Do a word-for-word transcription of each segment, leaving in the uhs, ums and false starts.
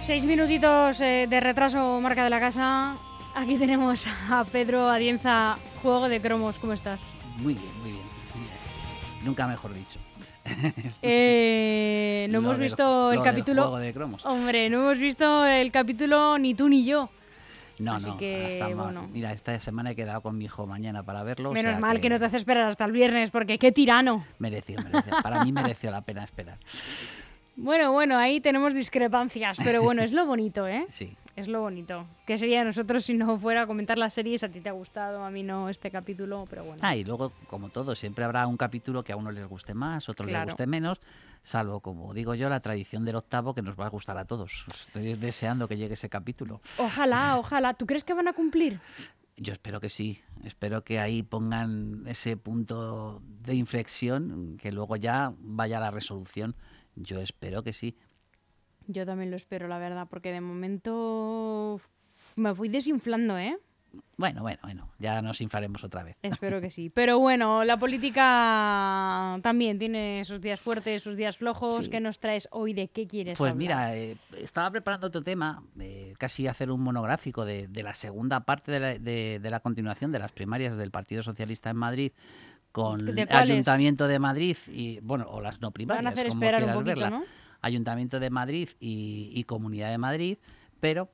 Seis minutitos eh, de retraso, marca de la casa. Aquí tenemos a Pedro Atienza, Juego de Cromos. ¿Cómo estás? Muy bien, muy bien. Nunca mejor dicho. Eh, no Lo hemos del- visto el lo del capítulo. Juego de Cromos. Hombre, no hemos visto el capítulo ni tú ni yo. No, Así no, que, hasta ma- bueno. Mira, esta semana he quedado con mi hijo mañana para verlo. o Menos sea mal que... no te hace esperar hasta el viernes, porque qué tirano. Mereció, mereció. Para mí mereció la pena esperar. Bueno, bueno, ahí tenemos discrepancias, pero bueno, es lo bonito, ¿eh? Sí. Es lo bonito. ¿Qué sería de nosotros si no fuera a comentar las series? A ti te ha gustado, a mí no este capítulo, pero bueno. Ah, y luego, como todo, siempre habrá un capítulo que a uno les guste más, a otros Claro. les guste menos, salvo, como digo yo, la tradición del octavo que nos va a gustar a todos. Estoy deseando que llegue ese capítulo. Ojalá, ojalá. ¿Tú crees que van a cumplir? Yo espero que sí, espero que ahí pongan ese punto de inflexión, que luego ya vaya la resolución. Yo espero que sí. Yo también lo espero, la verdad, porque de momento uf, me voy desinflando, ¿eh? Bueno, bueno, bueno, ya nos inflaremos otra vez. Espero que sí. Pero bueno, la política también tiene sus días fuertes, sus días flojos. Sí. ¿Qué nos traes hoy? ¿De qué quieres Pues hablar? mira, eh, estaba preparando otro tema, eh, casi hacer un monográfico de, de la segunda parte de la, de, de la continuación de las primarias del Partido Socialista en Madrid con ¿De el cuáles? Ayuntamiento de Madrid y, bueno, o las no Van a primarias, hacer como esperar un quieras poquito, verla. ¿no? Ayuntamiento de Madrid y, y Comunidad de Madrid, pero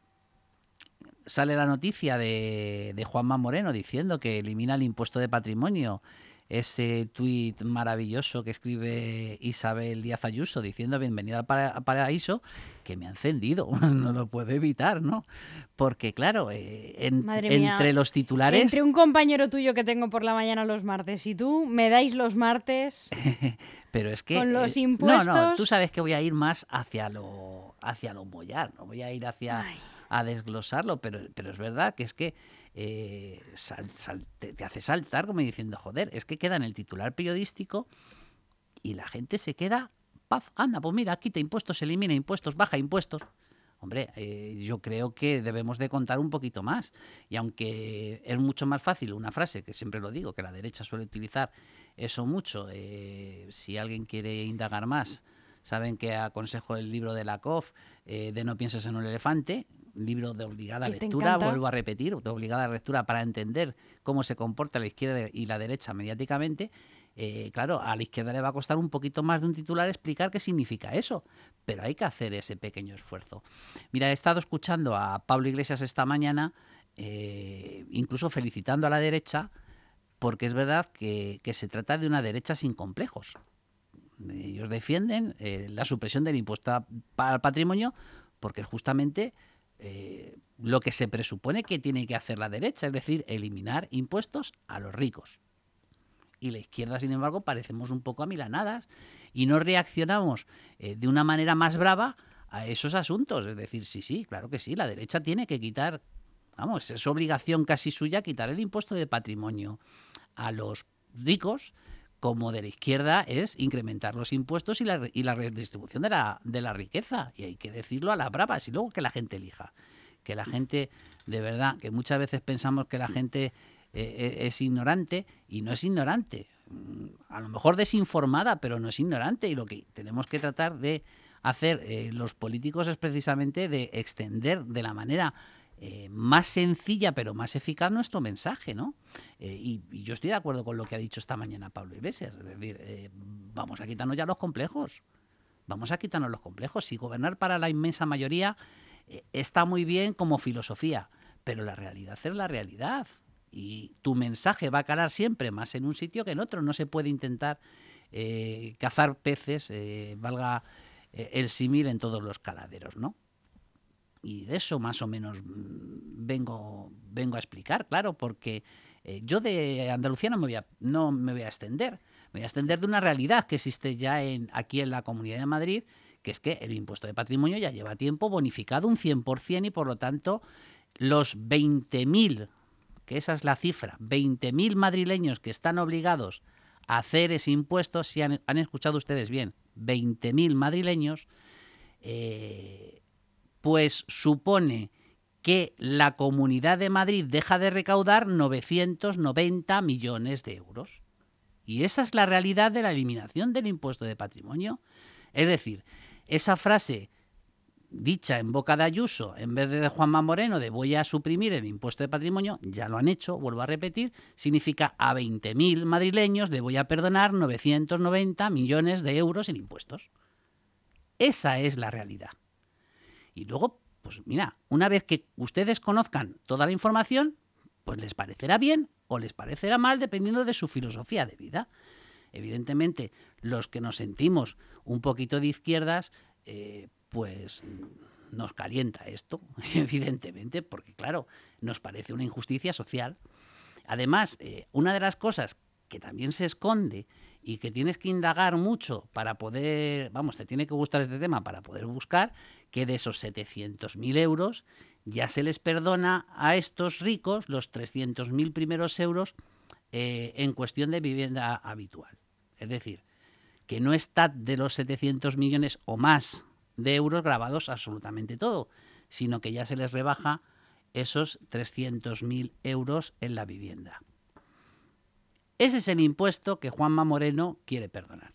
sale la noticia de, de Juanma Moreno diciendo que elimina el impuesto de patrimonio. Ese tuit maravilloso que escribe Isabel Díaz Ayuso diciendo bienvenida al para- paraíso, que me ha encendido, no lo puedo evitar, ¿no? Porque claro, eh, en- Madre mía. entre los titulares... Entre un compañero tuyo que tengo por la mañana los martes y tú, me dais los martes Pero es que... con los eh, impuestos. No, no, tú sabes que voy a ir más hacia lo, hacia lo mollar, no voy a ir hacia... Ay. a desglosarlo, pero, pero es verdad que es que eh, sal- sal- te, te hace saltar como diciendo, joder, es que queda en el titular periodístico y la gente se queda, paf, anda, pues mira, quita impuestos, elimina impuestos, baja impuestos. Hombre, eh, yo creo que debemos de contar un poquito más. Y aunque es mucho más fácil una frase, que siempre lo digo, que la derecha suele utilizar eso mucho, eh, si alguien quiere indagar más, saben que aconsejo el libro de Lakoff, eh, de No pienses en un elefante, libro de obligada Que te lectura, encanta. vuelvo a repetir, de obligada lectura para entender cómo se comporta la izquierda y la derecha mediáticamente. Eh, claro, a la izquierda le va a costar un poquito más de un titular explicar qué significa eso, pero hay que hacer ese pequeño esfuerzo. Mira, he estado escuchando a Pablo Iglesias esta mañana, eh, incluso felicitando a la derecha, porque es verdad que, que se trata de una derecha sin complejos. Ellos defienden eh, la supresión del impuesto al patrimonio porque es justamente eh, lo que se presupone que tiene que hacer la derecha, es decir, eliminar impuestos a los ricos. Y la izquierda, sin embargo, parecemos un poco amilanadas y no reaccionamos eh, de una manera más brava a esos asuntos. Es decir, sí, sí, claro que sí, la derecha tiene que quitar, vamos, es obligación casi suya quitar el impuesto de patrimonio a los ricos, como de la izquierda es incrementar los impuestos y la, y la redistribución de la, de la riqueza. Y hay que decirlo a las bravas y luego que la gente elija. Que la gente, de verdad, que muchas veces pensamos que la gente eh, es ignorante y no es ignorante. A lo mejor desinformada, pero no es ignorante. Y lo que tenemos que tratar de hacer eh, los políticos es precisamente de extender de la manera Eh, más sencilla pero más eficaz nuestro mensaje, ¿no? Eh, y, y yo estoy de acuerdo con lo que ha dicho esta mañana Pablo Iglesias, es decir, eh, vamos a quitarnos ya los complejos, vamos a quitarnos los complejos. Si gobernar para la inmensa mayoría eh, está muy bien como filosofía, pero la realidad es la realidad y tu mensaje va a calar siempre más en un sitio que en otro. No se puede intentar eh, cazar peces, eh, valga eh, el símil, en todos los caladeros, ¿no? Y de eso más o menos vengo, vengo a explicar, claro, porque eh, yo de Andalucía no me, voy a, no me voy a extender. Me voy a extender de una realidad que existe ya en, aquí en la Comunidad de Madrid, que es que el impuesto de patrimonio ya lleva tiempo bonificado un cien por ciento y por lo tanto los veinte mil, que esa es la cifra, veinte mil madrileños que están obligados a hacer ese impuesto, si han, han escuchado ustedes bien, veinte mil madrileños, eh, pues supone que la Comunidad de Madrid deja de recaudar novecientos noventa millones de euros. Y esa es la realidad de la eliminación del impuesto de patrimonio. Es decir, esa frase dicha en boca de Ayuso, en vez de de Juanma Moreno, de voy a suprimir el impuesto de patrimonio, ya lo han hecho, vuelvo a repetir, significa a veinte mil madrileños le voy a perdonar novecientos noventa millones de euros en impuestos. Esa es la realidad. Y luego, pues mira, una vez que ustedes conozcan toda la información, pues les parecerá bien o les parecerá mal dependiendo de su filosofía de vida. Evidentemente, los que nos sentimos un poquito de izquierdas, eh, pues nos calienta esto, evidentemente, porque claro, nos parece una injusticia social. Además, eh, una de las cosas que también se esconde y que tienes que indagar mucho para poder, vamos, te tiene que gustar este tema para poder buscar, que de esos setecientos mil euros ya se les perdona a estos ricos los trescientos mil primeros euros eh, en cuestión de vivienda habitual. Es decir, que no está de los setecientos millones o más de euros grabados absolutamente todo, sino que ya se les rebaja esos trescientos mil euros en la vivienda. Ese es el impuesto que Juanma Moreno quiere perdonar.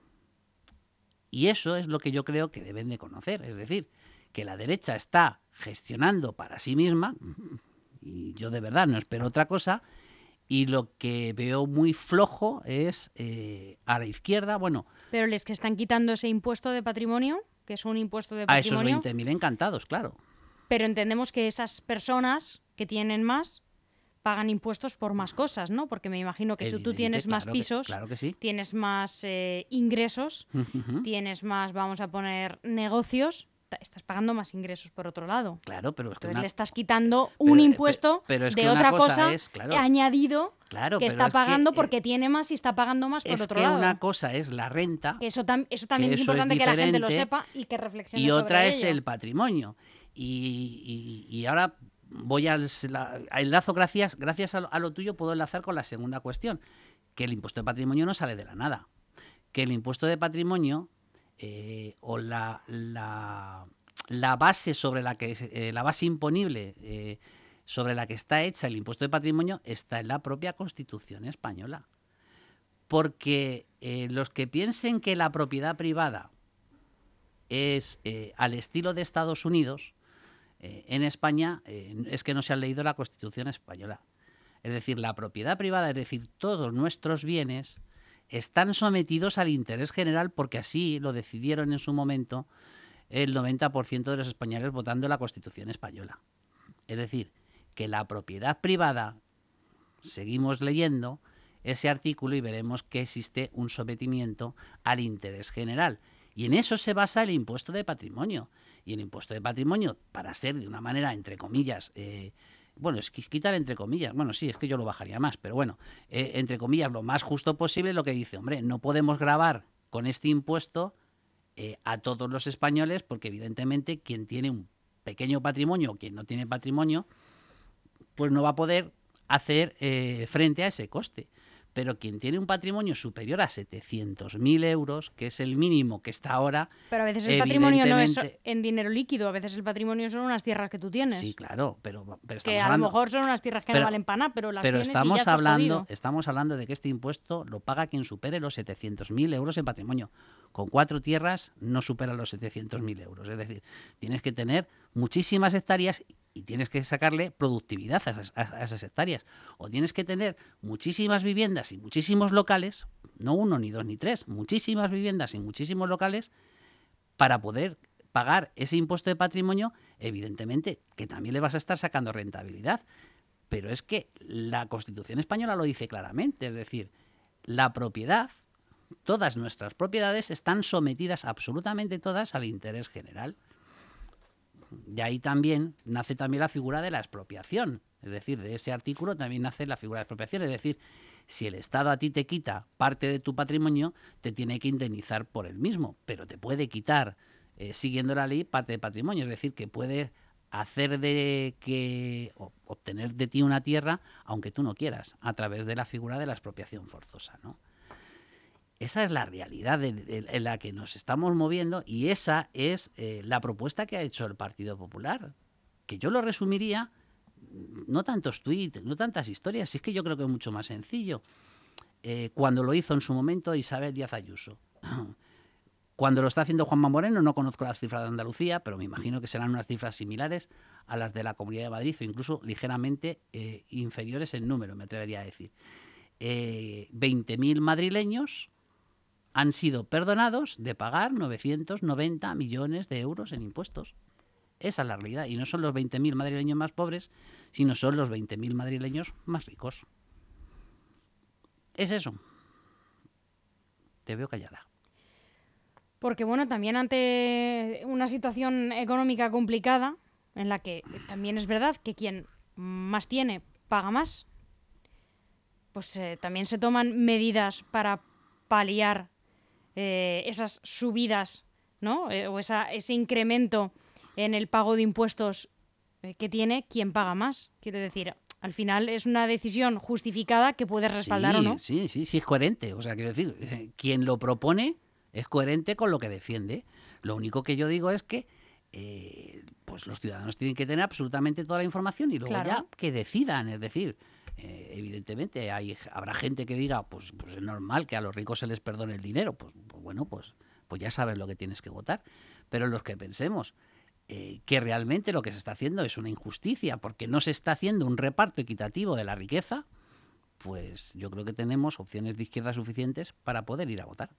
Y eso es lo que yo creo que deben de conocer. Es decir, que la derecha está gestionando para sí misma, y yo de verdad no espero otra cosa, y lo que veo muy flojo es eh, a la izquierda, bueno... Pero les que están quitando ese impuesto de patrimonio, que es un impuesto de A esos patrimonio... veinte mil encantados, claro. Pero entendemos que esas personas que tienen más pagan impuestos por más cosas, ¿no? Porque me imagino que si tú Evidente, tienes más claro que- pisos, claro que sí. tienes más eh, ingresos, Ujú. tienes más, vamos a poner, negocios, ta- estás pagando más ingresos por otro lado. Claro, pero es que Entonces una... le estás quitando pero- un pe- impuesto pero es de que una otra cosa cosa, es, claro. añadido Claro, que pero está es que, pagando eh, porque tiene más y está pagando más por Es otro que lado. una cosa es la renta Que Eso, tam- eso también que es eso es importante que la gente lo diferente, sepa y que reflexione y sobre otra es ello. el patrimonio. Y, y- y ahora voy al la- a enlazo, gracias, gracias a lo, a lo tuyo, puedo enlazar con la segunda cuestión, que el impuesto de patrimonio no sale de la nada. Que el impuesto de patrimonio eh, o la, la, la base sobre la que eh, la base imponible eh, sobre la que está hecha el impuesto de patrimonio está en la propia Constitución española. Porque eh, los que piensen que la propiedad privada es eh, al estilo de Estados Unidos, eh, en España eh, es que no se han leído la Constitución española. Es decir, la propiedad privada, es decir, todos nuestros bienes están sometidos al interés general porque así lo decidieron en su momento el noventa por ciento de los españoles votando la Constitución española. Es decir, que la propiedad privada, seguimos leyendo ese artículo y veremos que existe un sometimiento al interés general. Y en eso se basa el impuesto de patrimonio. Y el impuesto de patrimonio, para ser de una manera, entre comillas, eh, bueno, es que quitar entre comillas, bueno, sí, es que yo lo bajaría más, pero bueno, eh, entre comillas, lo más justo posible, lo que dice, hombre, no podemos gravar con este impuesto eh, a todos los españoles, porque evidentemente quien tiene un pequeño patrimonio o quien no tiene patrimonio, pues no va a poder hacer eh, frente a ese coste. Pero quien tiene un patrimonio superior a setecientos mil euros, que es el mínimo que está ahora, Pero a veces el patrimonio no es evidentemente- en dinero líquido, a veces el patrimonio son unas tierras que tú tienes. Sí, claro, pero, pero estamos que a hablando... lo mejor son unas tierras que pero- no valen para nada, pero las Pero tienes y ya estamos estás hablando, jodido. estamos hablando de que este impuesto lo paga quien supere los setecientos mil euros en patrimonio. Con cuatro tierras no supera los setecientos mil euros. Es decir, tienes que tener muchísimas hectáreas y tienes que sacarle productividad a esas, a esas hectáreas. O tienes que tener muchísimas viviendas y muchísimos locales, no uno, ni dos, ni tres, muchísimas viviendas y muchísimos locales para poder pagar ese impuesto de patrimonio, evidentemente que también le vas a estar sacando rentabilidad. Pero es que la Constitución española lo dice claramente, es decir, la propiedad, todas nuestras propiedades están sometidas absolutamente todas al interés general. De ahí también nace también la figura de la expropiación, es decir, de ese artículo también nace la figura de expropiación, es decir, si el Estado a ti te quita parte de tu patrimonio, te tiene que indemnizar por el mismo, pero te puede quitar, eh, siguiendo la ley, parte de patrimonio, es decir, que puede hacer de que o, obtener de ti una tierra, aunque tú no quieras, a través de la figura de la expropiación forzosa, ¿no? Esa es la realidad de, de, en la que nos estamos moviendo y esa es eh, la propuesta que ha hecho el Partido Popular, que yo lo resumiría, no tantos tweets, no tantas historias, es que yo creo que es mucho más sencillo. Eh, cuando lo hizo en su momento Isabel Díaz Ayuso. cuando lo está haciendo Juanma Moreno, no conozco las cifras de Andalucía, pero me imagino que serán unas cifras similares a las de la Comunidad de Madrid o incluso ligeramente eh, inferiores en número, me atrevería a decir. Eh, veinte mil madrileños han sido perdonados de pagar novecientos noventa millones de euros en impuestos. Esa es la realidad. Y no son los veinte mil madrileños más pobres, sino son los veinte mil madrileños más ricos. Es eso. Te veo callada. Porque, bueno, también ante una situación económica complicada, en la que también es verdad que quien más tiene paga más, pues eh, también se toman medidas para paliar eh, esas subidas, ¿no? Eh, o esa, ese incremento en el pago de impuestos eh, que tiene quien paga más. Quiero decir, al final es una decisión justificada que puedes respaldar sí, o no. Sí, sí, sí, es coherente. O sea, quiero decir, eh, quien lo propone es coherente con lo que defiende. Lo único que yo digo es que eh, pues los ciudadanos tienen que tener absolutamente toda la información y luego Claro. ya que decidan. Es decir, eh, evidentemente hay, habrá gente que diga, pues, pues es normal que a los ricos se les perdone el dinero. Pues, pues bueno, pues, pues ya sabes lo que tienes que votar. Pero los que pensemos eh, que realmente lo que se está haciendo es una injusticia porque no se está haciendo un reparto equitativo de la riqueza, pues yo creo que tenemos opciones de izquierda suficientes para poder ir a votar.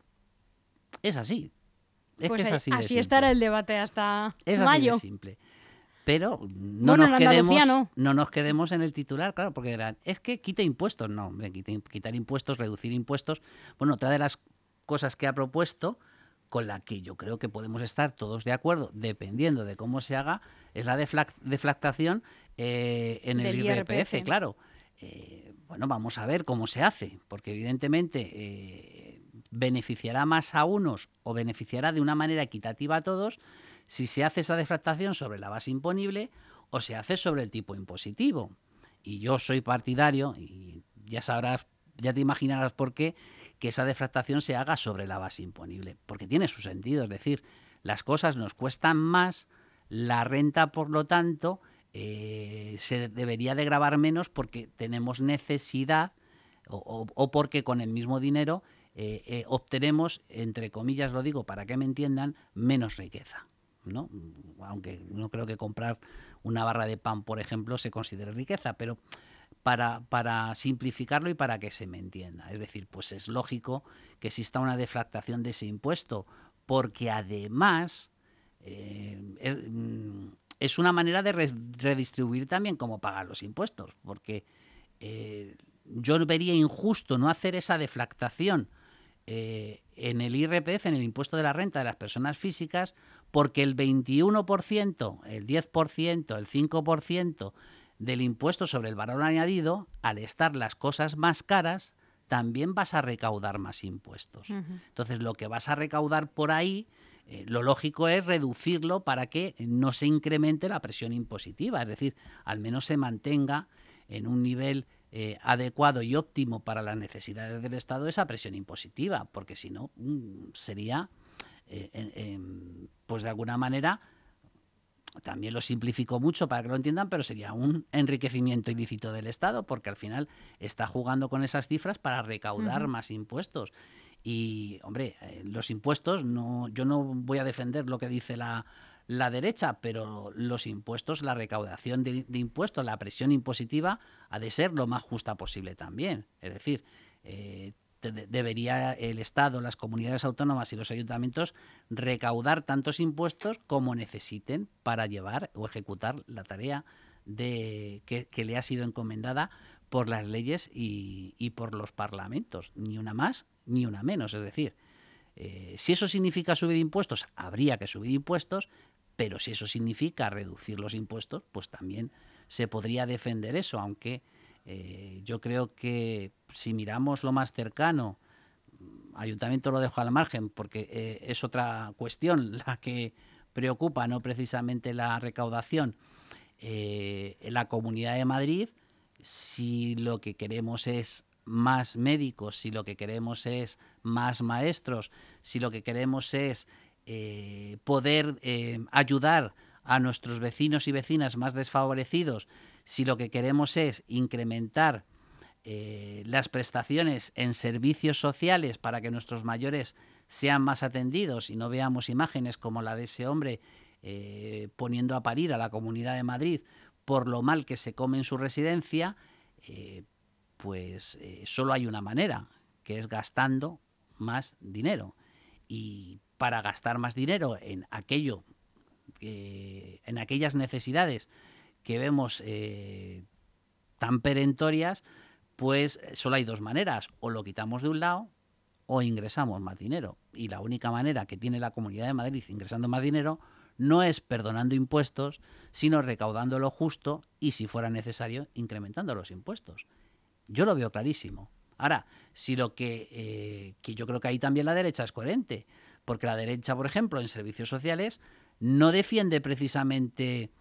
Es así. Es Pues que es ahí- así de así simple. estará el debate hasta Es así mayo. de simple. Pero no, Bueno, nos en Andalucía quedemos, no. no nos quedemos en el titular, claro, porque dirán, es que quita impuestos. No, hombre, quita- quitar impuestos, reducir impuestos. Bueno, otra de las cosas que ha propuesto, con la que yo creo que podemos estar todos de acuerdo, dependiendo de cómo se haga, es la deflac- deflactación eh, en el Del I R P F, I R P F. claro. Eh, bueno, vamos a ver cómo se hace, porque evidentemente eh, beneficiará más a unos o beneficiará de una manera equitativa a todos si se hace esa deflactación sobre la base imponible o se hace sobre el tipo impositivo. Y yo soy partidario, y ya sabrás, ya te imaginarás por qué, que esa deflactación se haga sobre la base imponible, porque tiene su sentido, es decir, las cosas nos cuestan más, la renta, por lo tanto, eh, se debería de gravar menos porque tenemos necesidad o, o, o porque con el mismo dinero eh, eh, obtenemos, entre comillas lo digo para que me entiendan, menos riqueza, ¿no? Aunque no creo que comprar una barra de pan, por ejemplo, se considere riqueza, pero para, para simplificarlo y para que se me entienda. Es decir, pues es lógico que exista una deflactación de ese impuesto, porque además eh, es, es una manera de re- redistribuir también cómo pagar los impuestos, porque eh, yo vería injusto no hacer esa deflactación eh, en el I R P F, en el impuesto de la renta de las personas físicas, porque el veintiuno por ciento, el diez por ciento, el cinco por ciento del impuesto sobre el valor añadido, al estar las cosas más caras, también vas a recaudar más impuestos. Uh-huh. Entonces, lo que vas a recaudar por ahí, eh, lo lógico es reducirlo para que no se incremente la presión impositiva, es decir, al menos se mantenga en un nivel eh, adecuado y óptimo para las necesidades del Estado esa presión impositiva, porque si no, mmm, sería, eh, eh, pues de alguna manera, también lo simplifico mucho para que lo entiendan, pero sería un enriquecimiento ilícito del Estado, porque al final está jugando con esas cifras para recaudar uh-huh. más impuestos. Y, hombre, eh, los impuestos, no, yo no voy a defender lo que dice la, la derecha, pero los impuestos, la recaudación de, de impuestos, la presión impositiva, ha de ser lo más justa posible también. Es decir, eh, de, debería el Estado, las comunidades autónomas y los ayuntamientos recaudar tantos impuestos como necesiten para llevar o ejecutar la tarea de que, que le ha sido encomendada por las leyes y, y por los parlamentos, ni una más ni una menos. Es decir, eh, si eso significa subir impuestos, habría que subir impuestos, pero si eso significa reducir los impuestos, pues también se podría defender eso, aunque eh, yo creo que si miramos lo más cercano, ayuntamiento lo dejo al margen porque eh, es otra cuestión la que preocupa, no precisamente la recaudación, eh, en la Comunidad de Madrid, si lo que queremos es más médicos, si lo que queremos es más maestros, si lo que queremos es eh, poder eh, ayudar a nuestros vecinos y vecinas más desfavorecidos, si lo que queremos es incrementar eh, las prestaciones en servicios sociales para que nuestros mayores sean más atendidos y no veamos imágenes como la de ese hombre eh, poniendo a parir a la Comunidad de Madrid por lo mal que se come en su residencia, eh, pues eh, solo hay una manera, que es gastando más dinero. Y para gastar más dinero en aquello, eh, en aquellas necesidades que vemos eh, tan perentorias, pues solo hay dos maneras: o lo quitamos de un lado o ingresamos más dinero. Y la única manera que tiene la Comunidad de Madrid ingresando más dinero no es perdonando impuestos, sino recaudando lo justo y, si fuera necesario, incrementando los impuestos. Yo lo veo clarísimo. Ahora, si lo que, eh, que yo creo que ahí también la derecha es coherente, porque la derecha, por ejemplo, en servicios sociales no defiende precisamente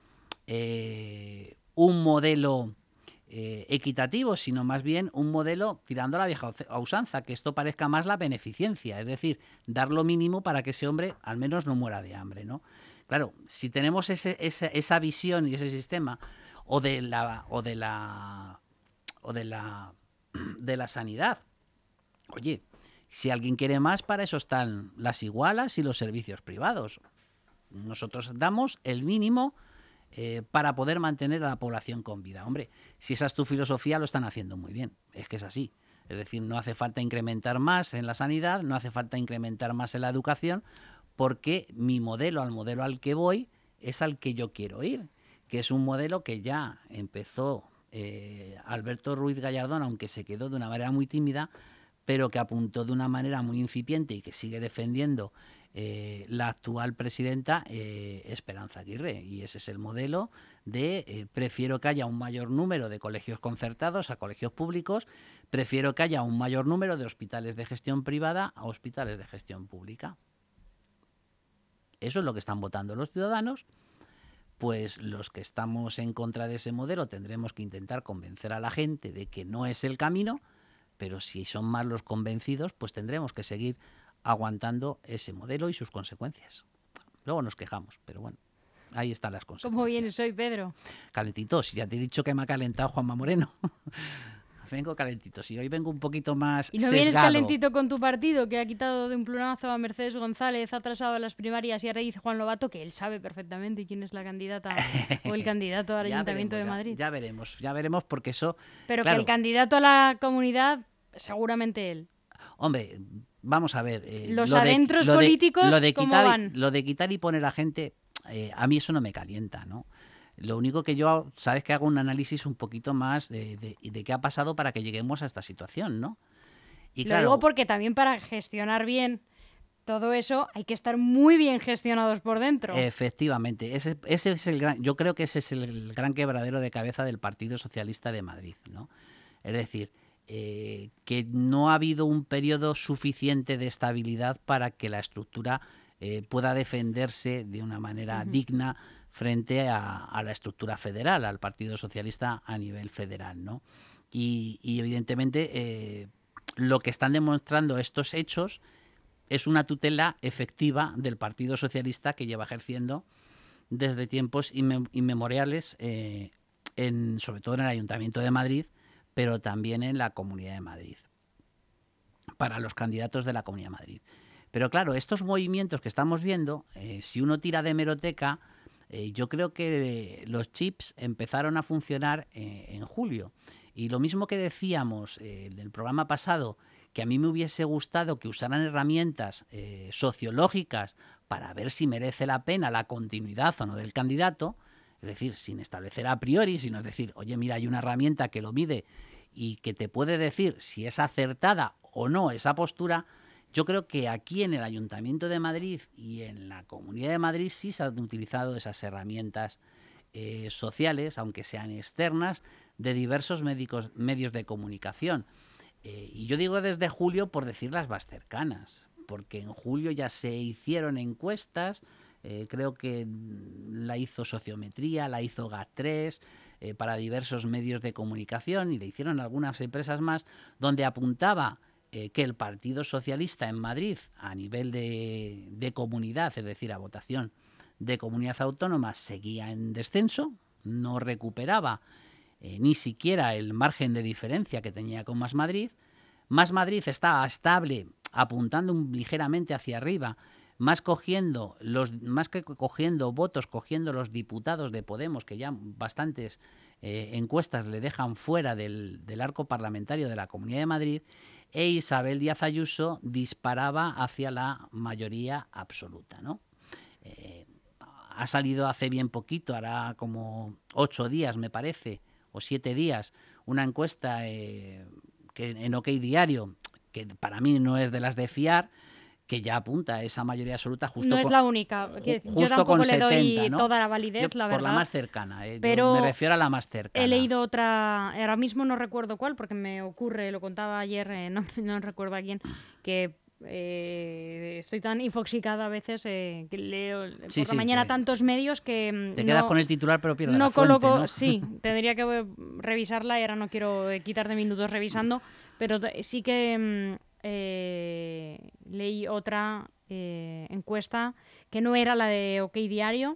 eh, un modelo eh, equitativo, sino más bien un modelo tirando a la vieja usanza, que esto parezca más la beneficencia, es decir, dar lo mínimo para que ese hombre al menos no muera de hambre, ¿no? Claro, si tenemos ese, esa, esa visión y ese sistema, o de la o de la o de la de la sanidad, oye, si alguien quiere más, para eso están las igualas y los servicios privados. Nosotros damos el mínimo eh, para poder mantener a la población con vida. Hombre, si esa es tu filosofía, lo están haciendo muy bien. Es que es así. Es decir, no hace falta incrementar más en la sanidad, no hace falta incrementar más en la educación, porque mi modelo, al modelo al que voy, es al que yo quiero ir, que es un modelo que ya empezó eh, Alberto Ruiz Gallardón, aunque se quedó de una manera muy tímida, pero que apuntó de una manera muy incipiente y que sigue defendiendo eh, la actual presidenta eh, Esperanza Aguirre. Y ese es el modelo de eh, prefiero que haya un mayor número de colegios concertados a colegios públicos, prefiero que haya un mayor número de hospitales de gestión privada a hospitales de gestión pública. Eso es lo que están votando los ciudadanos. Pues los que estamos en contra de ese modelo tendremos que intentar convencer a la gente de que no es el camino, pero si son más los convencidos, pues tendremos que seguir aguantando ese modelo y sus consecuencias. Luego nos quejamos, pero bueno, ahí están las consecuencias. ¿Cómo vienes hoy, Pedro? Calentito, si ya te he dicho que me ha calentado Juanma Moreno. Vengo calentito, si hoy vengo un poquito más ¿Y no sesgado. vienes calentito con tu partido, que ha quitado de un plumazo a Mercedes González, ha atrasado las primarias y ahora dice Juan Lobato, que él sabe perfectamente quién es la candidata o el candidato al Ayuntamiento veremos, de Madrid? Ya, ya veremos, ya veremos, porque eso... Pero claro, que el candidato a la comunidad, seguramente él. Hombre, vamos a ver... Eh, Los lo adentros de, lo políticos, de, lo de ¿cómo quitar, van? Lo de quitar y poner a gente, eh, a mí eso no me calienta, ¿no? Lo único que yo, sabes que hago un análisis un poquito más de, de, de qué ha pasado para que lleguemos a esta situación, ¿no? Y Lo claro, digo porque también para gestionar bien todo eso hay que estar muy bien gestionados por dentro. Efectivamente, ese, ese es el gran, yo creo que ese es el gran quebradero de cabeza del Partido Socialista de Madrid, ¿no? Es decir, eh, que no ha habido un periodo suficiente de estabilidad para que la estructura eh, pueda defenderse de una manera uh-huh. digna frente a, a la estructura federal, al Partido Socialista a nivel federal, ¿no? Y, y evidentemente eh, lo que están demostrando estos hechos es una tutela efectiva del Partido Socialista que lleva ejerciendo desde tiempos inmem- inmemoriales, eh, en, sobre todo en el Ayuntamiento de Madrid, pero también en la Comunidad de Madrid, para los candidatos de la Comunidad de Madrid. Pero claro, estos movimientos que estamos viendo, eh, si uno tira de hemeroteca, eh, yo creo que los chips empezaron a funcionar eh, en julio. Y lo mismo que decíamos eh, en el programa pasado, que a mí me hubiese gustado que usaran herramientas eh, sociológicas para ver si merece la pena la continuidad o no del candidato, es decir, sin establecer a priori, sino es decir, oye, mira, hay una herramienta que lo mide y que te puede decir si es acertada o no esa postura. Yo creo que aquí en el Ayuntamiento de Madrid y en la Comunidad de Madrid sí se han utilizado esas herramientas eh, sociales, aunque sean externas, de diversos médicos, medios de comunicación. Eh, y yo digo desde julio por decir las más cercanas, porque en julio ya se hicieron encuestas, eh, creo que la hizo Sociometría, la hizo GAT tres, eh, para diversos medios de comunicación, y le hicieron algunas empresas más, donde apuntaba eh, que el Partido Socialista en Madrid, a nivel de, de comunidad, es decir, a votación de comunidad autónoma, seguía en descenso, no recuperaba eh, ni siquiera el margen de diferencia que tenía con Más Madrid. Más Madrid está estable, apuntando un, ligeramente hacia arriba, más cogiendo los más que cogiendo votos, cogiendo los diputados de Podemos, que ya bastantes eh, encuestas le dejan fuera del, del arco parlamentario de la Comunidad de Madrid, e Isabel Díaz Ayuso disparaba hacia la mayoría absoluta, ¿no? Eh, ha salido hace bien poquito, hará como ocho días, me parece, o siete días, una encuesta eh, que en OK Diario, que para mí no es de las de fiar, que ya apunta a esa mayoría absoluta justo no con, es la única. Que justo yo tampoco con le setenta, doy ¿no? toda la validez, Yo, la por verdad. la más cercana, eh, pero me refiero a la más cercana. He leído otra, ahora mismo no recuerdo cuál, porque me ocurre, lo contaba ayer, eh, no, no recuerdo a quién, que eh, estoy tan infoxicada a veces eh, que leo Sí, por la sí, mañana que tantos medios que te no, quedas con el titular pero pierdes no la fuente, coloco, ¿no? sí, tendría que eh, revisarla y ahora no quiero eh, quitarte minutos revisando, pero t- sí que mm, eh, leí otra eh, encuesta que no era la de OK Diario.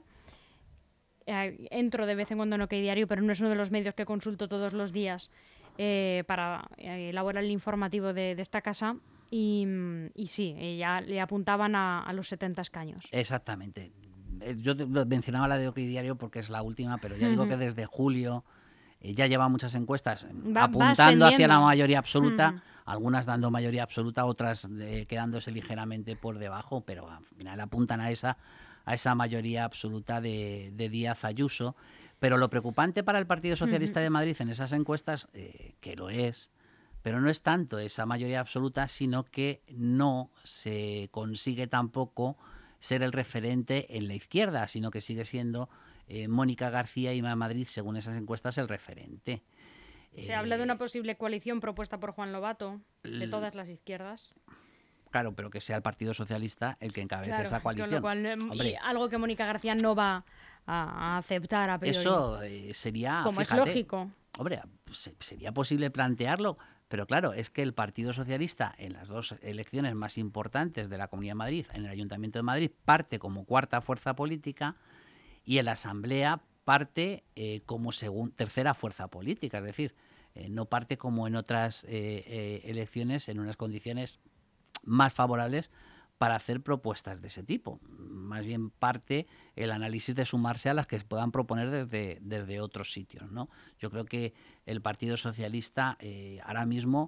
Eh, entro de vez en cuando en OK Diario, pero no es uno de los medios que consulto todos los días eh, para eh, elaborar el informativo de, de esta casa. Y, y sí, eh, ya le apuntaban a, a los setenta escaños. Exactamente. Eh, Yo te- lo mencionaba la de OK Diario porque es la última, pero ya digo que desde julio eh, ya lleva muchas encuestas eh, Va, va apuntando hacia la ascendiendo. mayoría absoluta, Ujú. algunas dando mayoría absoluta, otras eh, quedándose ligeramente por debajo, pero al final apuntan a esa, a esa mayoría absoluta de, de Díaz Ayuso. Pero lo preocupante para el Partido Socialista de Madrid en esas encuestas, eh, que lo es, pero no es tanto esa mayoría absoluta, sino que no se consigue tampoco ser el referente en la izquierda, sino que sigue siendo eh, Mónica García y Más Madrid, según esas encuestas, el referente. Se eh, habla de una posible coalición propuesta por Juan Lobato, de todas las izquierdas. Claro, pero que sea el Partido Socialista el que encabece claro, esa coalición. Con lo cual, eh, Hombre, y algo que Mónica García no va a, a aceptar a priori. Eso eh, sería, Como fíjate, es lógico. Hombre, se, sería posible plantearlo, pero claro, es que el Partido Socialista en las dos elecciones más importantes de la Comunidad de Madrid, en el Ayuntamiento de Madrid, parte como cuarta fuerza política y en la Asamblea parte eh, como segun, tercera fuerza política, es decir, eh, no parte como en otras eh, eh, elecciones en unas condiciones más favorables para hacer propuestas de ese tipo. Más bien parte el análisis de sumarse a las que puedan proponer desde, desde otros sitios, ¿no? Yo creo que el Partido Socialista eh, ahora mismo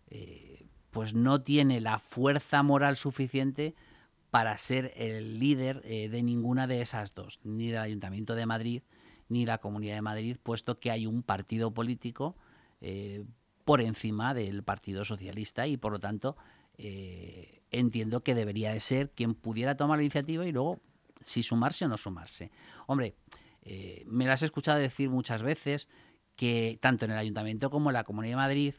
eh, pues no tiene la fuerza moral suficiente para ser el líder eh, de ninguna de esas dos, ni del Ayuntamiento de Madrid ni la Comunidad de Madrid, puesto que hay un partido político eh, por encima del Partido Socialista y por lo tanto eh, entiendo que debería de ser quien pudiera tomar la iniciativa y luego si sumarse o no sumarse. Hombre, eh, me lo has escuchado decir muchas veces que tanto en el Ayuntamiento como en la Comunidad de Madrid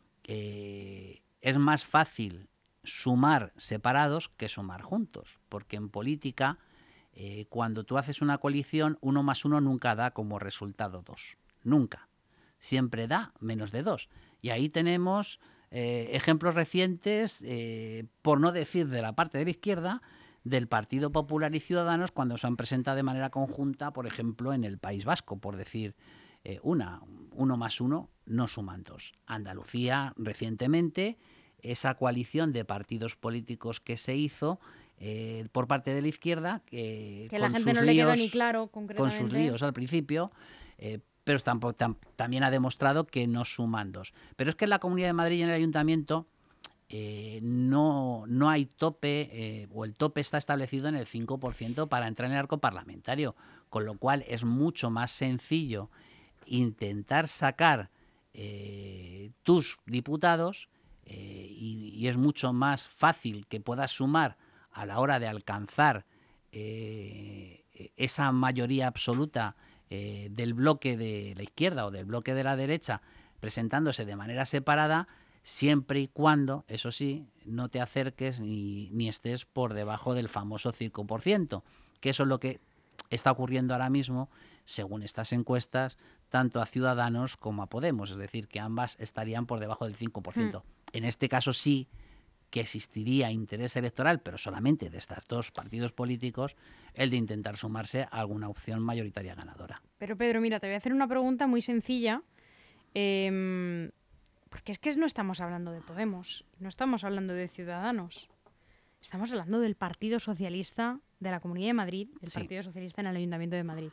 eh, es más fácil sumar separados que sumar juntos, porque en política eh, cuando tú haces una coalición uno más uno nunca da como resultado dos, nunca, siempre da menos de dos y ahí tenemos eh, ejemplos recientes, eh, por no decir de la parte de la izquierda, del Partido Popular y Ciudadanos cuando se han presentado de manera conjunta, por ejemplo, en el País Vasco, por decir eh, una, uno más uno no suman dos. Andalucía, recientemente, esa coalición de partidos políticos que se hizo eh, por parte de la izquierda, eh, que con la gente sus no le quedó líos, ni claro concretamente. con sus líos al principio, eh, pero tampoco, tam, también ha demostrado que no suman dos. Pero es que en la Comunidad de Madrid y en el Ayuntamiento eh, no, no hay tope, eh, o el tope está establecido en el cinco por ciento para entrar en el arco parlamentario, con lo cual es mucho más sencillo intentar sacar eh, tus diputados eh, y, y es mucho más fácil que puedas sumar a la hora de alcanzar eh, esa mayoría absoluta eh, del bloque de la izquierda o del bloque de la derecha presentándose de manera separada, siempre y cuando, eso sí, no te acerques ni, ni estés por debajo del famoso cinco por ciento, que eso es lo que está ocurriendo ahora mismo, según estas encuestas, tanto a Ciudadanos como a Podemos, es decir, que ambas estarían por debajo del cinco por ciento. Hmm. En este caso sí que existiría interés electoral, pero solamente de estos dos partidos políticos, el de intentar sumarse a alguna opción mayoritaria ganadora. Pero Pedro, mira, te voy a hacer una pregunta muy sencilla, Eh, porque es que no estamos hablando de Podemos, no estamos hablando de Ciudadanos. Estamos hablando del Partido Socialista de la Comunidad de Madrid, del Sí. Partido Socialista en el Ayuntamiento de Madrid.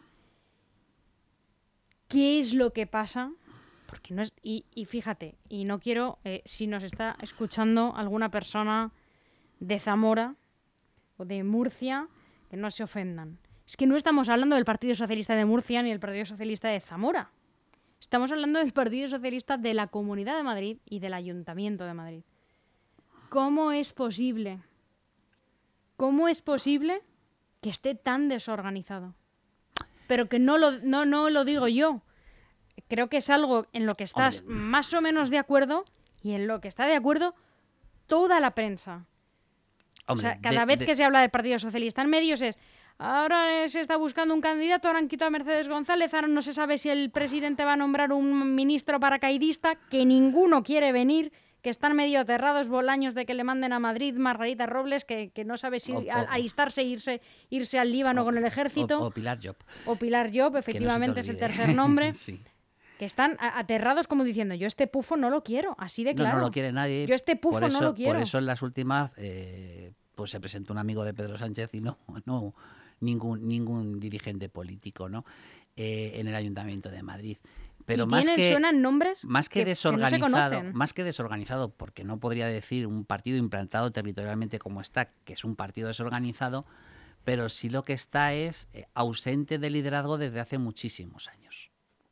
¿Qué es lo que pasa? Porque no es, y, y fíjate, y no quiero, eh, si nos está escuchando alguna persona de Zamora o de Murcia, que no se ofendan. Es que no estamos hablando del Partido Socialista de Murcia ni del Partido Socialista de Zamora. Estamos hablando del Partido Socialista de la Comunidad de Madrid y del Ayuntamiento de Madrid. ¿Cómo es posible? ¿Cómo es posible que esté tan desorganizado? Pero que no lo, no, no lo digo yo. Creo que es algo en lo que estás Hombre. más o menos de acuerdo y en lo que está de acuerdo toda la prensa. Hombre, o sea, cada de- vez de- que se habla del Partido Socialista en medios es ahora se está buscando un candidato, ahora han quitado a Mercedes González, ahora no se sabe si el presidente va a nombrar un ministro paracaidista, que ninguno quiere venir, que están medio aterrados Bolaños de que le manden a Madrid Margarita Robles, que, que no sabe si O- o- a- alistarse e irse, irse al Líbano o- con el ejército. O, o Pilar Job. O Pilar Job, Que no se te efectivamente es el olvide. tercer nombre. Sí. Que están a- aterrados como diciendo, yo este pufo no lo quiero, así de No, claro. no lo quiere nadie. Yo este pufo por eso, no lo quiero. Por eso en las últimas eh, pues se presentó un amigo de Pedro Sánchez y no, no ningún, ningún dirigente político, ¿no? Eh, en el Ayuntamiento de Madrid. Pero y más tienen, que, suenan nombres más que, que, que no se desorganizado, conocen. más que desorganizado, porque no podría decir un partido implantado territorialmente como está, que es un partido desorganizado, pero sí lo que está es eh, ausente de liderazgo desde hace muchísimos años.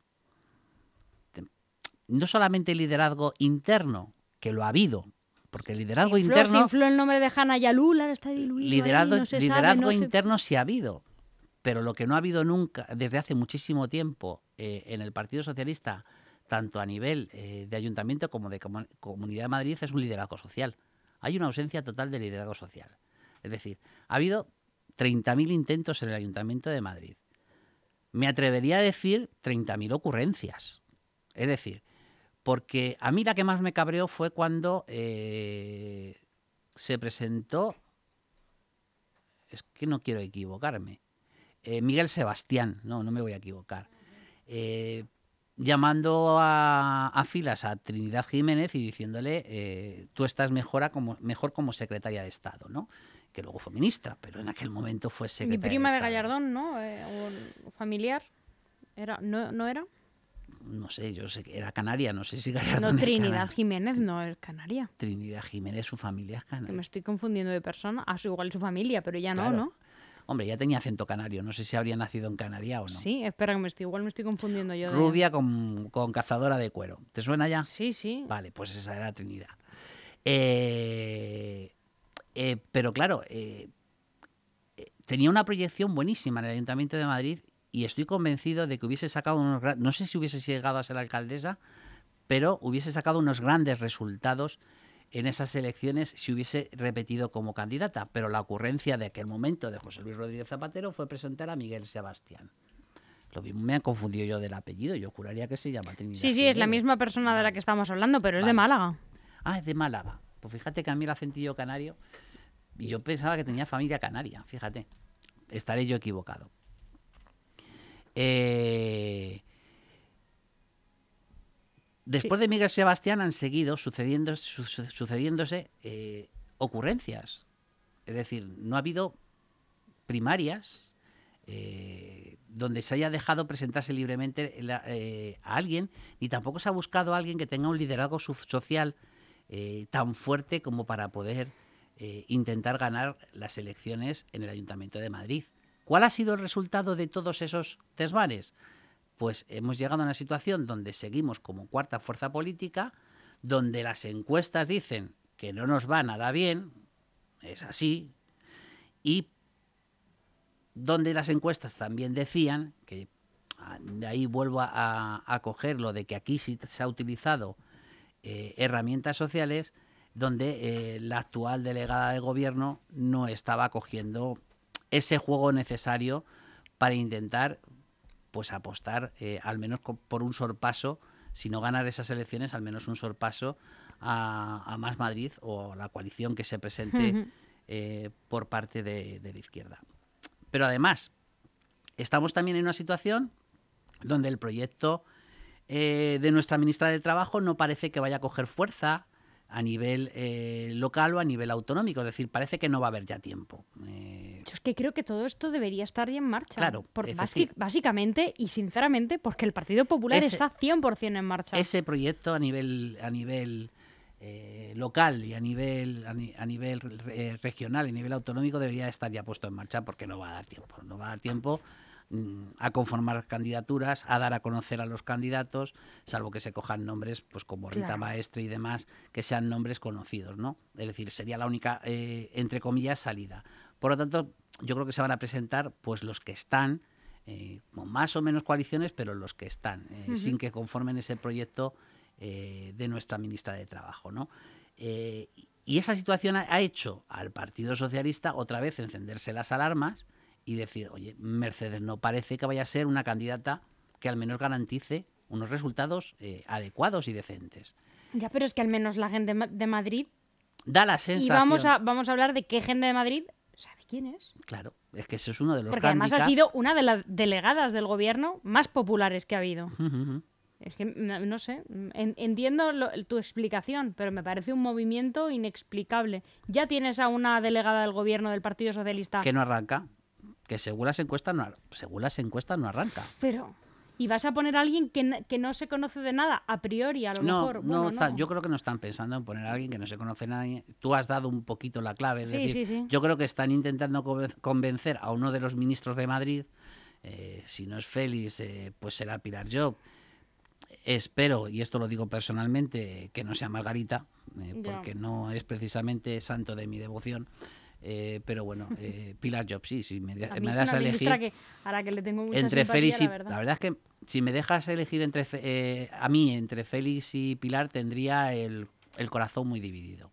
No solamente liderazgo interno, que lo ha habido, porque el liderazgo se infló, interno, se infló el nombre de Hanna Yalul, ahora está diluido. liderazgo, ahí, no se liderazgo sabe, no se- interno sí ha habido, pero lo que no ha habido nunca, desde hace muchísimo tiempo, eh, en el Partido Socialista, tanto a nivel eh, de ayuntamiento como de comu- Comunidad de Madrid, es un liderazgo social. Hay una ausencia total de liderazgo social. Es decir, ha habido treinta mil intentos en el Ayuntamiento de Madrid. Me atrevería a decir treinta mil ocurrencias. Es decir, porque a mí la que más me cabreó fue cuando eh, se presentó, es que no quiero equivocarme, eh, Miguel Sebastián, no, no me voy a equivocar, eh, llamando a, a filas a Trinidad Jiménez y diciéndole eh, tú estás mejor, a como, mejor como secretaria de Estado, ¿no? Que luego fue ministra, pero en aquel momento fue Mi secretaria prima de de Estado. Gallardón, ¿no? Eh, o familiar. Era, ¿no, ¿No era? No sé, yo sé que era canaria, no sé si No, Gallardón es Trinidad canaria. Jiménez no es canaria. Trinidad Jiménez, su familia es Que me canaria. estoy confundiendo de persona. Ah, sí, igual su familia, pero ya Claro. no, ¿no? Hombre, ya tenía acento canario, no sé si habría nacido en Canarias o no. Sí, espera que me estoy, igual me estoy confundiendo yo. de- Rubia con, con cazadora de cuero. ¿Te suena ya? Sí, sí. Vale, pues esa era Trinidad. Eh, eh, pero claro, eh, eh, tenía una proyección buenísima en el Ayuntamiento de Madrid y estoy convencido de que hubiese sacado unos... gra- No sé si hubiese llegado a ser alcaldesa, pero hubiese sacado unos grandes resultados en esas elecciones si hubiese repetido como candidata. Pero la ocurrencia de aquel momento de José Luis Rodríguez Zapatero fue presentar a Miguel Sebastián. Lo mismo me han confundido yo del apellido. Yo juraría que se llama Trinidad Sí, sí, es la Jiménez. misma persona de la Vale. que estamos hablando, pero es Vale. de Málaga. Ah, es de Málaga. Pues fíjate que a mí el acentillo canario... Y yo pensaba que tenía familia canaria, fíjate. Estaré yo equivocado. Eh... Después de Miguel Sebastián han seguido sucediendo, su- sucediéndose eh, ocurrencias. Es decir, no ha habido primarias eh, donde se haya dejado presentarse libremente la- eh, a alguien, ni tampoco se ha buscado a alguien que tenga un liderazgo su- social eh, tan fuerte como para poder eh, intentar ganar las elecciones en el Ayuntamiento de Madrid. ¿Cuál ha sido el resultado de todos esos desmanes? Pues hemos llegado a una situación donde seguimos como cuarta fuerza política, donde las encuestas dicen que no nos va nada bien, es así, y donde las encuestas también decían, que ah, de ahí vuelvo a, a, a coger lo de que aquí sí se ha utilizado eh, herramientas sociales, donde eh, la actual delegada de gobierno no estaba cogiendo ese juego necesario para intentar pues apostar eh, al menos co- por un sorpaso, si no ganar esas elecciones, al menos un sorpaso a, a Más Madrid o a la coalición que se presente Ujú. eh, por parte de, de la izquierda. Pero además, estamos también en una situación donde el proyecto eh, de nuestra ministra de Trabajo no parece que vaya a coger fuerza a nivel eh, local o a nivel autonómico. Es decir, parece que no va a haber ya tiempo. Eh, Yo es que creo que todo esto debería estar ya en marcha. Claro, Por, efecti- básicamente y sinceramente porque el Partido Popular Ese- está cien por ciento en marcha. ese proyecto a nivel a nivel eh, local y a nivel a, ni- a nivel eh, regional y a nivel autonómico debería estar ya puesto en marcha, porque no va a dar tiempo. No va a dar tiempo mm, a conformar candidaturas, a dar a conocer a los candidatos, salvo que se cojan nombres pues como Rita Claro. Maestre y demás, que sean nombres conocidos, ¿no? Es decir, sería la única, eh, entre comillas, salida. Por lo tanto, yo creo que se van a presentar pues los que están, eh, con más o menos coaliciones, pero los que están, eh, Ujú. sin que conformen ese proyecto eh, de nuestra ministra de Trabajo, ¿no? Eh, y esa situación ha, ha hecho al Partido Socialista otra vez encenderse las alarmas y decir, oye, Mercedes no parece que vaya a ser una candidata que al menos garantice unos resultados eh, adecuados y decentes. Ya, pero es que al menos la gente ma- de Madrid, Da la y sensación... vamos a, vamos a hablar de qué gente de Madrid sabe quién es. Claro, es que eso es uno de los Porque además ha hándicaps. sido una de las delegadas del gobierno más populares que ha habido. Ujú, ujú. Es que, no, no sé, en- entiendo lo- tu explicación, pero me parece un movimiento inexplicable. Ya tienes a una delegada del gobierno del Partido Socialista, Que no arranca, que según las encuestas no, ar- según las encuestas no arranca. pero... ¿Y vas a poner a alguien que, n- que no se conoce de nada, a priori, a lo No, mejor? no, Bueno, está- no. yo creo que no están pensando en poner a alguien que no se conoce nadie. Tú has dado un poquito la clave, es Sí, decir, sí, sí. yo creo que están intentando conven- convencer a uno de los ministros de Madrid, eh, si no es Félix, eh, pues será Pilar Job. Espero, y esto lo digo personalmente, que no sea Margarita, eh, Ya. porque no es precisamente santo de mi devoción. Eh, pero bueno, eh, Pilar Job, sí, si me, de- A mí me es das una a ministra elegir que, a la que le tengo mucha entre simpatía, Félix y la la verdad. verdad es que si me dejas elegir entre Fe- eh, a mí entre Félix y Pilar tendría el, el corazón muy dividido.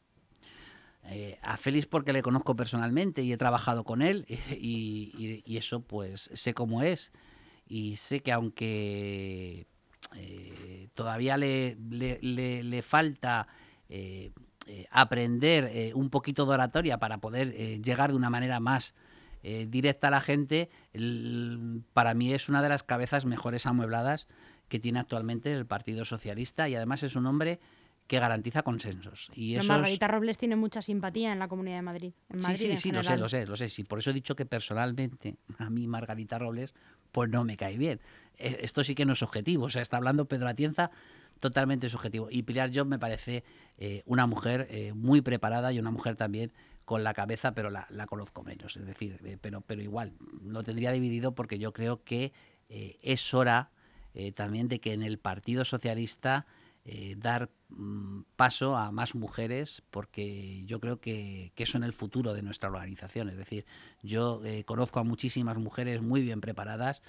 Eh, a Félix porque le conozco personalmente y he trabajado con él y, y- y eso pues sé cómo es y sé que aunque eh, todavía le, le- le- le falta eh, eh, aprender eh, un poquito de oratoria para poder eh, llegar de una manera más eh, directa a la gente, el- para mí es una de las cabezas mejores amuebladas que tiene actualmente el Partido Socialista y además es un hombre que garantiza consensos. Y Pero esos... Margarita Robles tiene mucha simpatía en la Comunidad de Madrid. En Sí, Madrid sí, en sí, lo sé, general. lo sé, lo sé. Sí, por eso he dicho que personalmente a mí Margarita Robles pues no me cae bien. Eh, Esto sí que no es objetivo, o sea, está hablando Pedro Atienza totalmente subjetivo. Y Pilar Job me parece eh, una mujer eh, muy preparada y una mujer también con la cabeza, pero la, la conozco menos. Es decir, eh, pero, pero igual, lo tendría dividido porque yo creo que eh, es hora eh, también de que en el Partido Socialista eh, dar mm, paso a más mujeres, porque yo creo que, que son el futuro de nuestra organización. Es decir, yo eh, conozco a muchísimas mujeres muy bien preparadas,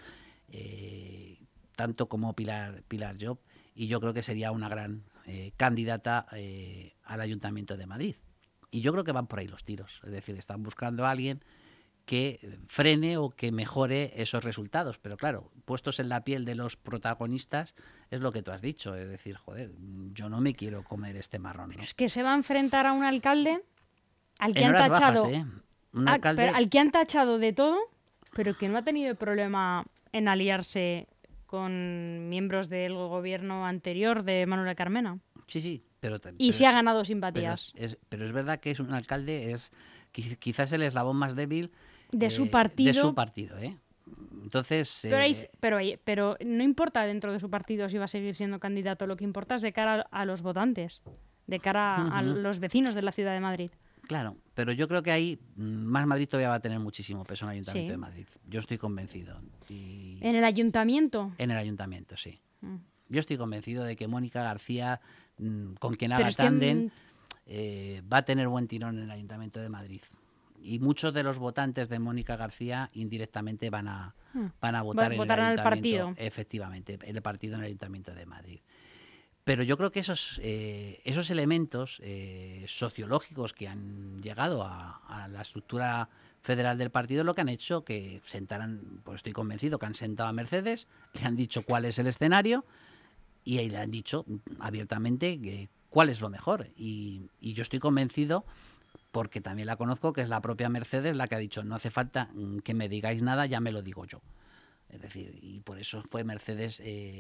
eh, tanto como Pilar, Pilar Job, y yo creo que sería una gran eh, candidata eh, al Ayuntamiento de Madrid. Y yo creo que van por ahí los tiros. Es decir, están buscando a alguien que frene o que mejore esos resultados. Pero claro, puestos en la piel de los protagonistas, es lo que tú has dicho. Es decir, joder, yo no me quiero comer este marrón, ¿no? Es que se va a enfrentar a un alcalde al que En han horas tachado, bajas, ¿eh? Un al, alcalde... pero al que han tachado de todo, pero que no ha tenido problema en aliarse con miembros del gobierno anterior de Manuela Carmena. Sí, sí, pero... Y pero sí ha es- ganado pero simpatías. es, es- pero es verdad que es un alcalde, es quiz- quizás el eslabón más débil De su eh, partido. de su partido, ¿eh? Entonces, Pero, hay- eh, pero, hay- pero no importa dentro de su partido si va a seguir siendo candidato, lo que importa es de cara a, a los votantes, de cara a, a Ujú. los vecinos de la ciudad de Madrid. claro, pero yo creo que ahí mm, Más Madrid todavía va a tener muchísimo peso en el Ayuntamiento Sí. de Madrid. Yo estoy convencido. Y... En el ayuntamiento. En el Ayuntamiento, sí. Mm. Yo estoy convencido de que Mónica García, mm, con quien Pero haga es que, tándem, mm, eh, va a tener buen tirón en el Ayuntamiento de Madrid. Y muchos de los votantes de Mónica García indirectamente van a, Mm. van a votar en votarán el al Ayuntamiento. partido. Efectivamente, en el partido en el Ayuntamiento de Madrid. Pero yo creo que esos, eh, esos elementos eh, sociológicos que han llegado a, a la estructura federal del partido lo que han hecho que sentaran, pues estoy convencido que han sentado a Mercedes, le han dicho cuál es el escenario y ahí le han dicho abiertamente que, cuál es lo mejor. Y, y yo estoy convencido, porque también la conozco, que es la propia Mercedes la que ha dicho no hace falta que me digáis nada, ya me lo digo yo. Es decir, y por eso fue Mercedes... Eh,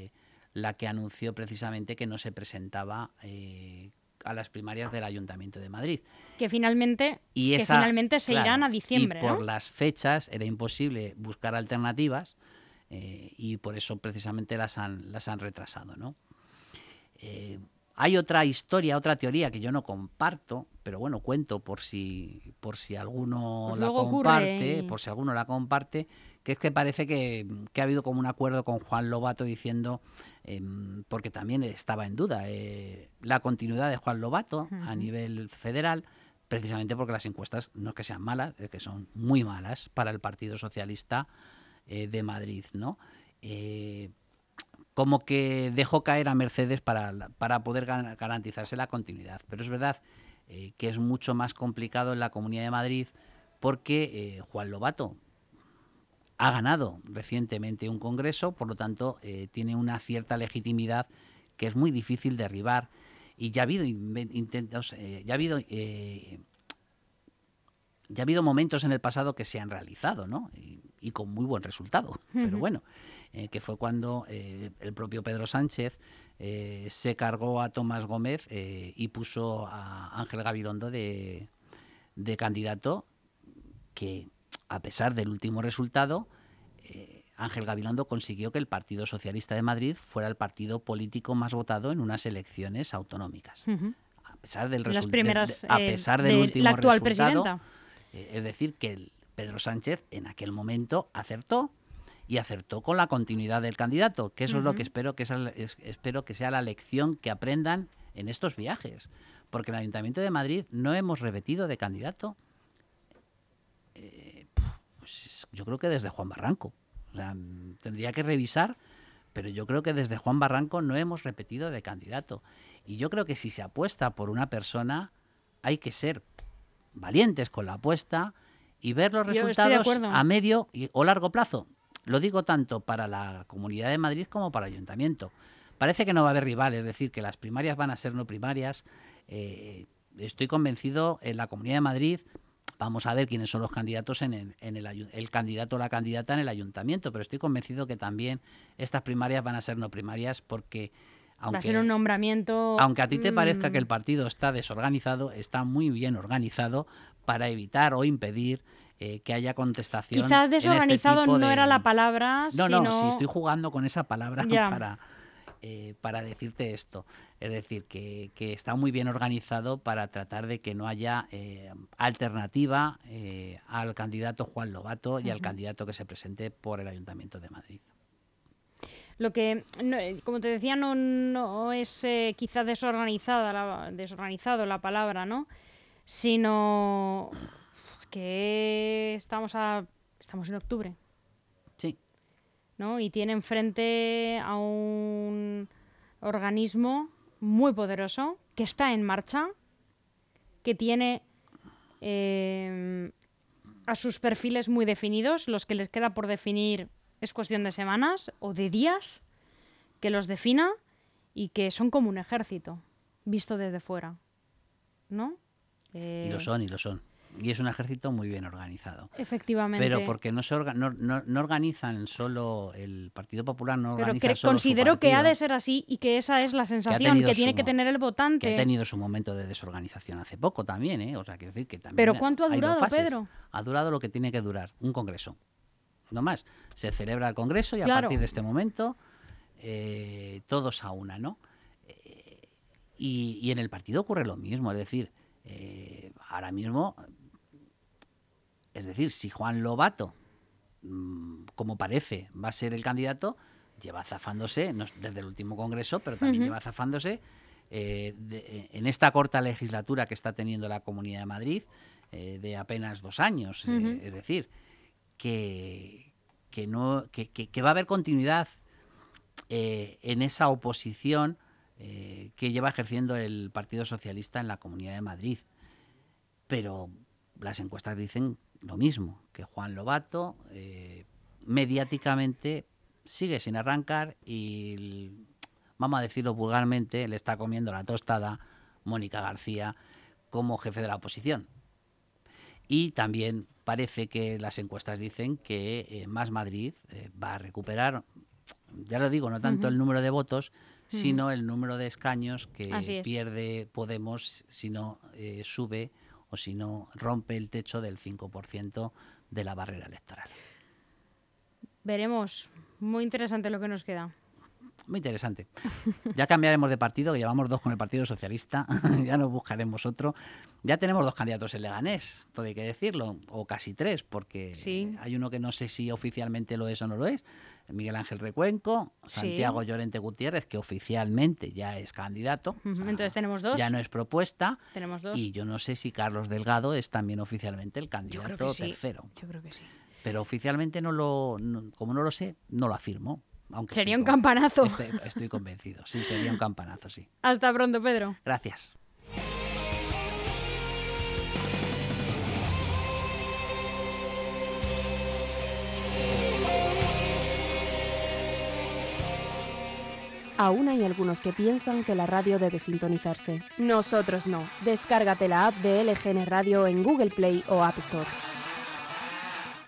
la que anunció precisamente que no se presentaba eh, a las primarias del Ayuntamiento de Madrid. Que finalmente, y que esa, finalmente se claro, irán a diciembre, y por ¿no? las fechas era imposible buscar alternativas eh, y por eso precisamente las han, las han retrasado, ¿no? Eh, hay otra historia, otra teoría que yo no comparto, pero bueno, cuento por si, por si alguno Pues la luego ocurre comparte, y... por si alguno la comparte, que es que parece que, que ha habido como un acuerdo con Juan Lobato diciendo, eh, porque también estaba en duda eh, la continuidad de Juan Lobato uh-huh. a nivel federal, precisamente porque las encuestas no es que sean malas, es que son muy malas para el Partido Socialista eh, de Madrid, ¿no? Eh, como que dejó caer a Mercedes para, para poder garantizarse la continuidad. Pero es verdad eh, que es mucho más complicado en la Comunidad de Madrid porque eh, Juan Lobato ha ganado recientemente un congreso, por lo tanto eh, tiene una cierta legitimidad que es muy difícil derribar. Y ya ha habido intentos, eh, ya ha habido... Eh, Ya ha habido momentos en el pasado que se han realizado, ¿no? Y, y con muy buen resultado. Uh-huh. Pero bueno, eh, que fue cuando eh, el propio Pedro Sánchez eh, se cargó a Tomás Gómez eh, y puso a Ángel Gabilondo de, de candidato, que a pesar del último resultado, eh, Ángel Gabilondo consiguió que el Partido Socialista de Madrid fuera el partido político más votado en unas elecciones autonómicas. Uh-huh. A pesar del, resu- primeras, de, de, a pesar eh, del de último la actual resultado. Presidenta. Es decir, que el Pedro Sánchez en aquel momento acertó y acertó con la continuidad del candidato, que eso uh-huh. es lo que espero que, sea, es, espero que sea la lección que aprendan en estos viajes. Porque en el Ayuntamiento de Madrid no hemos repetido de candidato, eh, pues yo creo que desde Juan Barranco. O sea, tendría que revisar, pero yo creo que desde Juan Barranco no hemos repetido de candidato. Y yo creo que si se apuesta por una persona, hay que ser valientes con la apuesta y ver los resultados a medio y, o largo plazo. Lo digo tanto para la Comunidad de Madrid como para el Ayuntamiento. Parece que no va a haber rival, es decir, que las primarias van a ser no primarias. Eh, estoy convencido en la Comunidad de Madrid. Vamos a ver quiénes son los candidatos en el, en el, el candidato o la candidata en el Ayuntamiento, pero estoy convencido que también estas primarias van a ser no primarias porque Aunque, va a ser un nombramiento... Aunque a ti te parezca que el partido está desorganizado, está muy bien organizado para evitar o impedir eh, que haya contestación. Quizás desorganizado en este tipo no de... era la palabra, No, sino... no, sí, estoy jugando con esa palabra para, eh, para decirte esto. Es decir, que, que está muy bien organizado para tratar de que no haya eh, alternativa eh, al candidato Juan Lobato y uh-huh. al candidato que se presente por el Ayuntamiento de Madrid. Lo que, no, como te decía, no, no es eh, quizá desorganizada la, desorganizado la palabra, ¿no? Sino es que estamos a estamos en octubre. Sí. ¿No? Y tiene enfrente a un organismo muy poderoso que está en marcha, que tiene eh, a sus perfiles muy definidos, los que les queda por definir es cuestión de semanas o de días, que los defina y que son como un ejército, visto desde fuera, ¿no? Eh... Y lo son, y lo son. Y es un ejército muy bien organizado. Efectivamente. Pero porque no, se orga no, no, no organizan solo, el Partido Popular no Pero organiza que solo considero su partido, que ha de ser así y que esa es la sensación que, que tiene que tener el votante. Que ha tenido su momento de desorganización hace poco también, ¿eh? O sea, quiero decir que también. ¿Pero cuánto ha durado, ha Pedro? Ha durado lo que tiene que durar, un congreso. No más. Se celebra el congreso y a claro. partir de este momento eh, todos a una, ¿no? Eh, y, y en el partido ocurre lo mismo, es decir, eh, ahora mismo, es decir, si Juan Lobato, mmm, como parece, va a ser el candidato, lleva zafándose, no, desde el último congreso, pero también uh-huh. lleva zafándose eh, de, en esta corta legislatura que está teniendo la Comunidad de Madrid, eh, de apenas dos años, uh-huh. eh, es decir, que, que, no, que, que, que va a haber continuidad eh, en esa oposición eh, que lleva ejerciendo el Partido Socialista en la Comunidad de Madrid. Pero las encuestas dicen lo mismo, que Juan Lobato eh, mediáticamente sigue sin arrancar y, vamos a decirlo vulgarmente, le está comiendo la tostada Mónica García como jefe de la oposición. Y también parece que las encuestas dicen que eh, Más Madrid eh, va a recuperar ya lo digo, no tanto Ujú. el número de votos, Ujú. sino el número de escaños Así que es. pierde Podemos si no eh, sube o si no rompe el techo del cinco por ciento de la barrera electoral. Veremos. Muy interesante lo que nos queda. Muy interesante. Ya cambiaremos de partido, que llevamos dos con el Partido Socialista, ya nos buscaremos otro. Ya tenemos dos candidatos en Leganés, todo hay que decirlo, o casi tres, porque Sí. hay uno que no sé si oficialmente lo es o no lo es, Miguel Ángel Recuenco, Sí. Santiago Llorente Gutiérrez, que oficialmente ya es candidato. Ujú. O sea, Entonces tenemos dos. ya no es propuesta. Tenemos dos. Y yo no sé si Carlos Delgado es también oficialmente el Yo creo candidato que sí. tercero. Yo creo que sí. Pero oficialmente no lo, no- como no lo sé, no lo afirmo. Aunque Sería estoy un con- campanazo. Estoy, estoy convencido. Sí, sería un campanazo, sí. Hasta pronto, Pedro. Gracias. Aún hay algunos que piensan que la radio debe sintonizarse. Nosotros no. Descárgate la app de L G N Radio en Google Play o App Store.